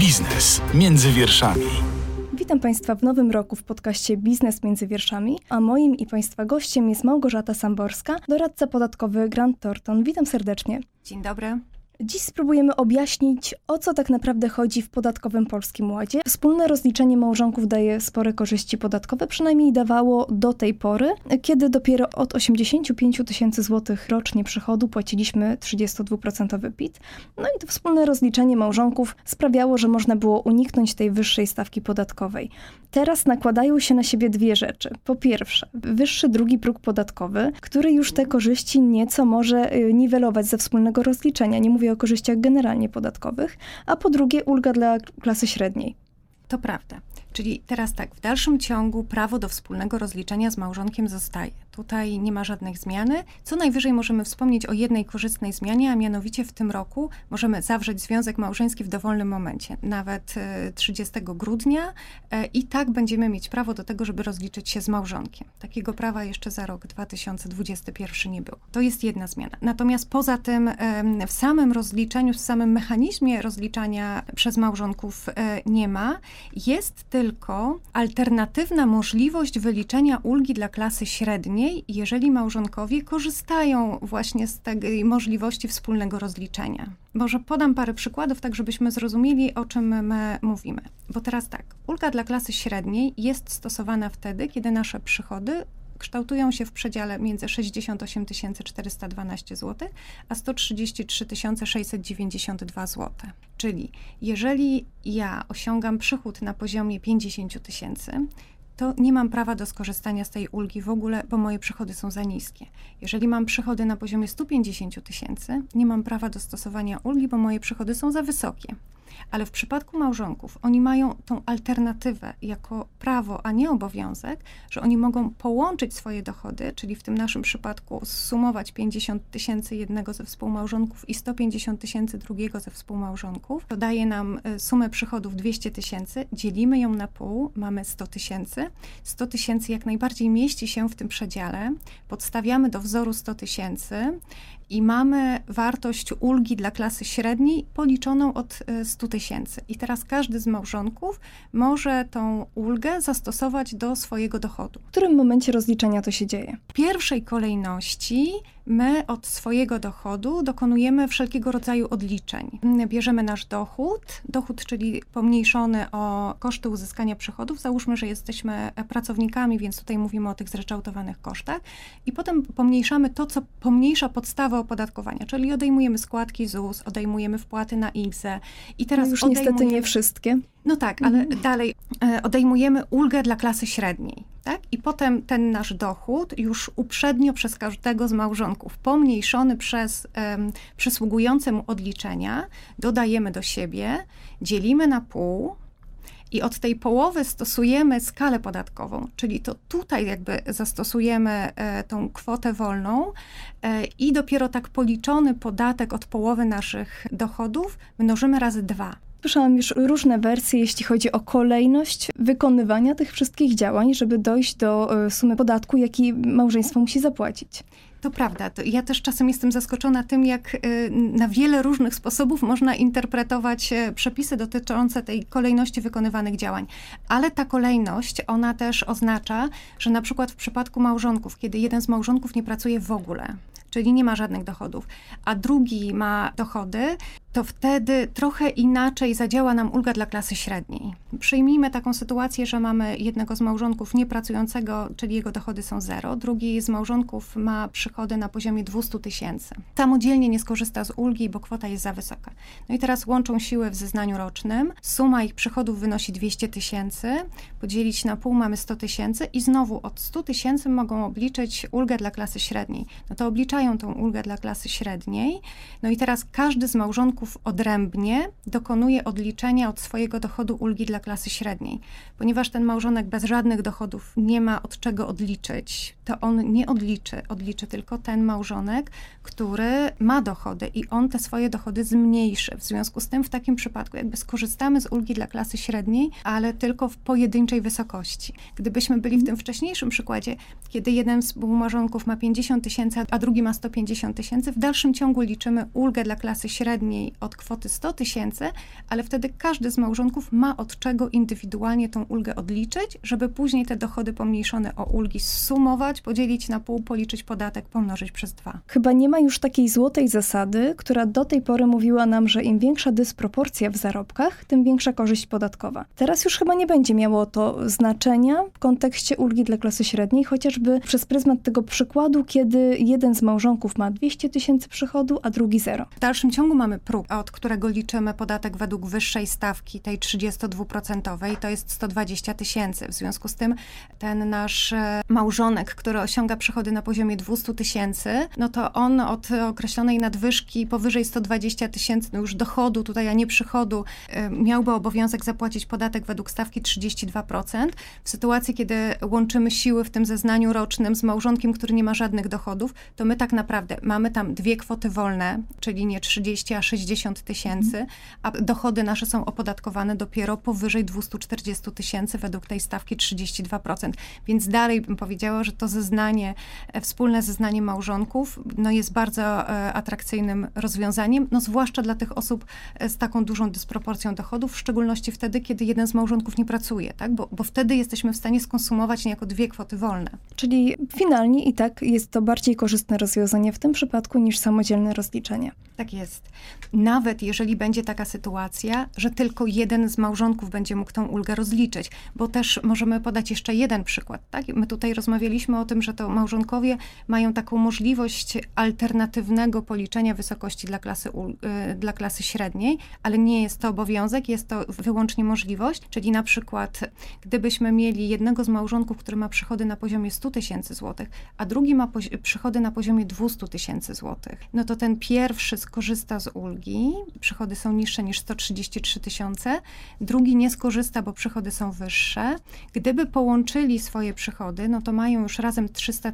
Biznes między wierszami. Witam Państwa w nowym roku w podcaście Biznes między wierszami, a moim i Państwa gościem jest Małgorzata Samborska, doradca podatkowy Grant Thornton. Witam serdecznie. Dzień dobry. Dziś spróbujemy objaśnić, o co tak naprawdę chodzi w podatkowym Polskim Ładzie. Wspólne rozliczenie małżonków daje spore korzyści podatkowe, przynajmniej dawało do tej pory, kiedy dopiero od 85 tysięcy złotych rocznie przychodu płaciliśmy 32% PIT. No i to wspólne rozliczenie małżonków sprawiało, że można było uniknąć tej wyższej stawki podatkowej. Teraz nakładają się na siebie dwie rzeczy. Po pierwsze, wyższy drugi próg podatkowy, który już te korzyści nieco może niwelować ze wspólnego rozliczenia. Nie mówię o korzyściach generalnie podatkowych, a po drugie ulga dla klasy średniej. To prawda. Czyli teraz tak, w dalszym ciągu prawo do wspólnego rozliczenia z małżonkiem zostaje. Tutaj nie ma żadnych zmiany. Co najwyżej możemy wspomnieć o jednej korzystnej zmianie, a mianowicie w tym roku możemy zawrzeć związek małżeński w dowolnym momencie, nawet 30 grudnia i tak będziemy mieć prawo do tego, żeby rozliczyć się z małżonkiem. Takiego prawa jeszcze za rok 2021 nie było. To jest jedna zmiana. Natomiast poza tym w samym rozliczeniu, w samym mechanizmie rozliczania przez małżonków nie ma. Jest tylko alternatywna możliwość wyliczenia ulgi dla klasy średniej, jeżeli małżonkowie korzystają właśnie z tej możliwości wspólnego rozliczenia. Może podam parę przykładów, tak żebyśmy zrozumieli, o czym my mówimy. Bo teraz tak, ulga dla klasy średniej jest stosowana wtedy, kiedy nasze przychody kształtują się w przedziale między 68 412 zł, a 133 692 zł. Czyli jeżeli ja osiągam przychód na poziomie 50 tysięcy, to nie mam prawa do skorzystania z tej ulgi w ogóle, bo moje przychody są za niskie. Jeżeli mam przychody na poziomie 150 tysięcy, nie mam prawa do stosowania ulgi, bo moje przychody są za wysokie. Ale w przypadku małżonków oni mają tą alternatywę jako prawo, a nie obowiązek, że oni mogą połączyć swoje dochody, czyli w tym naszym przypadku zsumować 50 tysięcy jednego ze współmałżonków i 150 tysięcy drugiego ze współmałżonków. To daje nam sumę przychodów 200 tysięcy, dzielimy ją na pół, mamy 100 tysięcy. 100 tysięcy jak najbardziej mieści się w tym przedziale, podstawiamy do wzoru 100 tysięcy i mamy wartość ulgi dla klasy średniej policzoną od 100 tysięcy. I teraz każdy z małżonków może tą ulgę zastosować do swojego dochodu. W którym momencie rozliczenia to się dzieje? W pierwszej kolejności my od swojego dochodu dokonujemy wszelkiego rodzaju odliczeń. Bierzemy nasz dochód, czyli pomniejszony o koszty uzyskania przychodów. Załóżmy, że jesteśmy pracownikami, więc tutaj mówimy o tych zryczałtowanych kosztach. I potem pomniejszamy to, co pomniejsza podstawę opodatkowania, czyli odejmujemy składki ZUS, odejmujemy wpłaty na IKZE. I teraz już niestety nie wszystkie. No tak, ale dalej odejmujemy ulgę dla klasy średniej, tak? I potem ten nasz dochód już uprzednio przez każdego z małżonków pomniejszony przez przysługujące mu odliczenia dodajemy do siebie, dzielimy na pół i od tej połowy stosujemy skalę podatkową, czyli to tutaj jakby zastosujemy tą kwotę wolną i dopiero tak policzony podatek od połowy naszych dochodów mnożymy razy 2. Słyszałam już różne wersje, jeśli chodzi o kolejność wykonywania tych wszystkich działań, żeby dojść do sumy podatku, jaki małżeństwo musi zapłacić. To prawda. Ja też czasem jestem zaskoczona tym, jak na wiele różnych sposobów można interpretować przepisy dotyczące tej kolejności wykonywanych działań. Ale ta kolejność, ona też oznacza, że na przykład w przypadku małżonków, kiedy jeden z małżonków nie pracuje w ogóle, czyli nie ma żadnych dochodów, a drugi ma dochody, to wtedy trochę inaczej zadziała nam ulga dla klasy średniej. Przyjmijmy taką sytuację, że mamy jednego z małżonków niepracującego, czyli jego dochody są 0, drugi z małżonków ma przychody na poziomie 200 tysięcy. Samodzielnie nie skorzysta z ulgi, bo kwota jest za wysoka. No i teraz łączą siły w zeznaniu rocznym, suma ich przychodów wynosi 200 tysięcy, podzielić na pół mamy 100 tysięcy i znowu od 100 tysięcy mogą obliczyć ulgę dla klasy średniej. No to obliczają tą ulgę dla klasy średniej, no i teraz każdy z małżonków odrębnie dokonuje odliczenia od swojego dochodu ulgi dla klasy średniej. Ponieważ ten małżonek bez żadnych dochodów nie ma od czego odliczyć, to on nie odliczy tylko ten małżonek, który ma dochody i on te swoje dochody zmniejszy. W związku z tym w takim przypadku jakby skorzystamy z ulgi dla klasy średniej, ale tylko w pojedynczej wysokości. Gdybyśmy byli w tym wcześniejszym przykładzie, kiedy jeden z współmałżonków ma 50 tysięcy, a drugi ma 150 tysięcy, w dalszym ciągu liczymy ulgę dla klasy średniej wolniej od kwoty 100 tysięcy, ale wtedy każdy z małżonków ma od czego indywidualnie tą ulgę odliczyć, żeby później te dochody pomniejszone o ulgi zsumować, podzielić na pół, policzyć podatek, pomnożyć przez 2. Chyba nie ma już takiej złotej zasady, która do tej pory mówiła nam, że im większa dysproporcja w zarobkach, tym większa korzyść podatkowa. Teraz już chyba nie będzie miało to znaczenia w kontekście ulgi dla klasy średniej, chociażby przez pryzmat tego przykładu, kiedy jeden z małżonków ma 200 tysięcy przychodu, a drugi 0. W dalszym ciągu mamy próg, od którego liczymy podatek według wyższej stawki, tej 32%, to jest 120 tysięcy. W związku z tym ten nasz małżonek, który osiąga przychody na poziomie 200 tysięcy, no to on od określonej nadwyżki powyżej 120 tysięcy, no już dochodu tutaj, a nie przychodu, miałby obowiązek zapłacić podatek według stawki 32%. W sytuacji, kiedy łączymy siły w tym zeznaniu rocznym z małżonkiem, który nie ma żadnych dochodów, to my tak naprawdę mamy tam 2 kwoty wolne, czyli nie 30, a 60 tysięcy, a dochody nasze są opodatkowane dopiero powyżej 240 tysięcy według tej stawki 32%. Więc dalej bym powiedziała, że to zeznanie, wspólne zeznanie małżonków, no jest bardzo atrakcyjnym rozwiązaniem, no zwłaszcza dla tych osób z taką dużą dysproporcją dochodów, w szczególności wtedy, kiedy jeden z małżonków nie pracuje, tak? Bo wtedy jesteśmy w stanie skonsumować niejako 2 kwoty wolne. Czyli finalnie i tak jest to bardziej korzystne rozwiązanie w tym przypadku niż samodzielne rozliczenie. Tak jest. Nawet jeżeli będzie taka sytuacja, że tylko jeden z małżonków będzie mógł tą ulgę rozliczyć, bo też możemy podać jeszcze jeden przykład, tak? My tutaj rozmawialiśmy o tym, że to małżonkowie mają taką możliwość alternatywnego policzenia wysokości dla klasy średniej, ale nie jest to obowiązek, jest to wyłącznie możliwość, czyli na przykład gdybyśmy mieli jednego z małżonków, który ma przychody na poziomie 100 tysięcy złotych, a drugi ma przychody na poziomie 200 tysięcy złotych, no to ten pierwszy skorzysta z ulgi, przychody są niższe niż 133 tysiące, drugi nie skorzysta, bo przychody są wyższe. Gdyby połączyli swoje przychody, no to mają już razem 300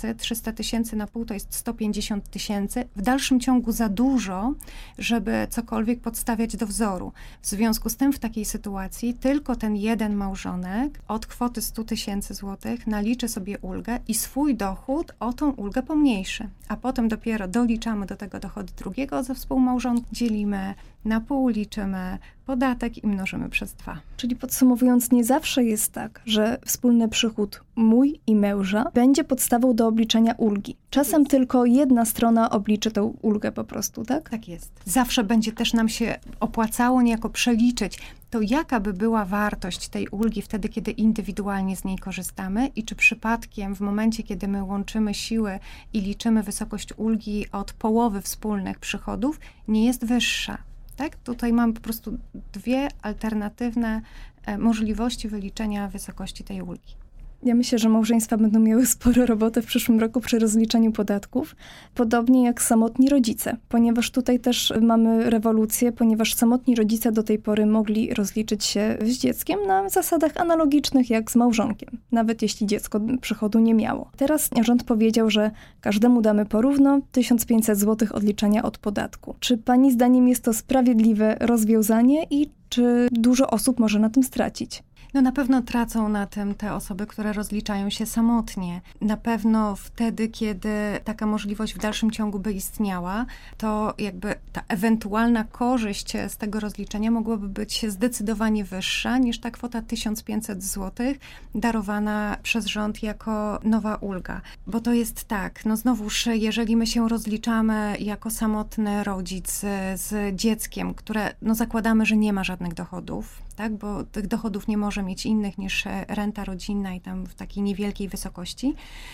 tysięcy na pół to jest 150 tysięcy. W dalszym ciągu za dużo, żeby cokolwiek podstawiać do wzoru. W związku z tym w takiej sytuacji tylko ten jeden małżonek od kwoty 100 tysięcy złotych naliczy sobie ulgę i swój dochód o tą ulgę pomniejszy. A potem dopiero doliczamy do tego dochody drugiego ze współmałżonków, dzielimy na pół, liczymy podatek i mnożymy przez 2. Czyli podsumowując, nie zawsze jest tak, że wspólny przychód mój i męża będzie podstawą do obliczenia ulgi. Czasem tylko jedna strona obliczy tą ulgę po prostu, tak? Tak jest. Zawsze będzie też nam się opłacało niejako przeliczyć to, jaka by była wartość tej ulgi wtedy, kiedy indywidualnie z niej korzystamy i czy przypadkiem w momencie, kiedy my łączymy siły i liczymy wysokość ulgi od połowy wspólnych przychodów, nie jest wyższa. Tak? Tutaj mamy po prostu 2 alternatywne możliwości wyliczenia wysokości tej ulgi. Ja myślę, że małżeństwa będą miały sporo roboty w przyszłym roku przy rozliczeniu podatków, podobnie jak samotni rodzice, ponieważ tutaj też mamy rewolucję, ponieważ samotni rodzice do tej pory mogli rozliczyć się z dzieckiem na zasadach analogicznych jak z małżonkiem, nawet jeśli dziecko przychodu nie miało. Teraz rząd powiedział, że każdemu damy porówno 1500 zł odliczenia od podatku. Czy pani zdaniem jest to sprawiedliwe rozwiązanie i czy dużo osób może na tym stracić? No na pewno tracą na tym te osoby, które rozliczają się samotnie. Na pewno wtedy, kiedy taka możliwość w dalszym ciągu by istniała, to jakby ta ewentualna korzyść z tego rozliczenia mogłaby być zdecydowanie wyższa niż ta kwota 1500 zł darowana przez rząd jako nowa ulga. Bo to jest tak, no znowuż, jeżeli my się rozliczamy jako samotny rodzic z dzieckiem, które no zakładamy, że nie ma żadnych dochodów, tak, bo tych dochodów nie może mieć innych niż renta rodzinna i tam w takiej niewielkiej wysokości,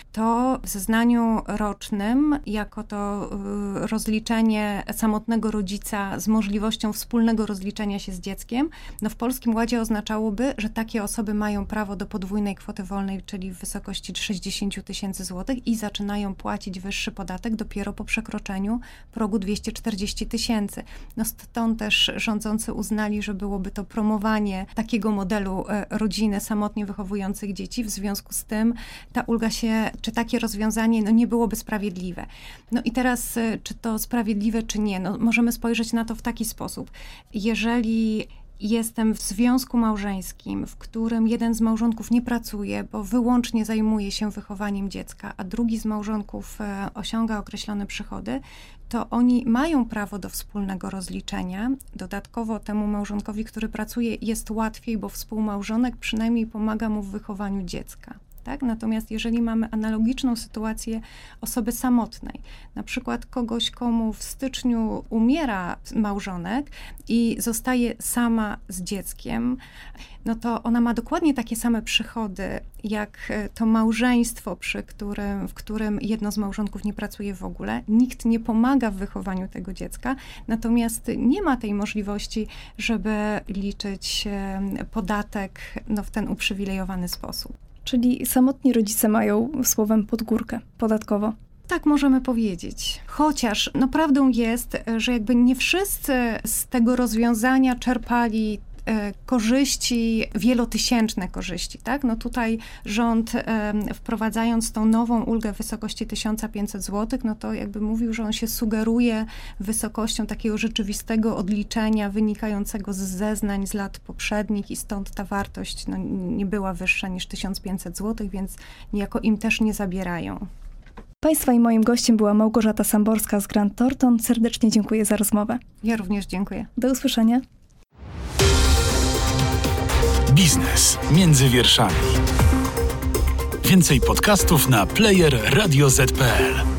to w zeznaniu rocznym jako to rozliczenie samotnego rodzica z możliwością wspólnego rozliczenia się z dzieckiem, no w Polskim Ładzie oznaczałoby, że takie osoby mają prawo do podwójnej kwoty wolnej, czyli w wysokości 60 tysięcy złotych i zaczynają płacić wyższy podatek dopiero po przekroczeniu progu 240 tysięcy. No stąd też rządzący uznali, że byłoby to promowanie takiego modelu rodziny samotnie wychowujących dzieci. W związku z tym ta ulga czy takie rozwiązanie no nie byłoby sprawiedliwe. No i teraz, czy to sprawiedliwe, czy nie? No możemy spojrzeć na to w taki sposób. Jeżeli jestem w związku małżeńskim, w którym jeden z małżonków nie pracuje, bo wyłącznie zajmuje się wychowaniem dziecka, a drugi z małżonków osiąga określone przychody, to oni mają prawo do wspólnego rozliczenia. Dodatkowo temu małżonkowi, który pracuje, jest łatwiej, bo współmałżonek przynajmniej pomaga mu w wychowaniu dziecka. Tak? Natomiast jeżeli mamy analogiczną sytuację osoby samotnej, na przykład kogoś, komu w styczniu umiera małżonek i zostaje sama z dzieckiem, no to ona ma dokładnie takie same przychody, jak to małżeństwo, w którym jedno z małżonków nie pracuje w ogóle. Nikt nie pomaga w wychowaniu tego dziecka, natomiast nie ma tej możliwości, żeby liczyć podatek w ten uprzywilejowany sposób. Czyli samotni rodzice mają słowem pod górkę podatkowo. Tak możemy powiedzieć. Chociaż prawdą jest, że jakby nie wszyscy z tego rozwiązania czerpali korzyści, wielotysięczne korzyści, tak? Tutaj rząd wprowadzając tą nową ulgę w wysokości 1500 zł, to jakby mówił, że on się sugeruje wysokością takiego rzeczywistego odliczenia wynikającego z zeznań z lat poprzednich i stąd ta wartość nie była wyższa niż 1500 zł, więc niejako im też nie zabierają. Państwa i moim gościem była Małgorzata Samborska z Grant Thornton. Serdecznie dziękuję za rozmowę. Ja również dziękuję. Do usłyszenia. Biznes między wierszami. Więcej podcastów na player radioz.pl.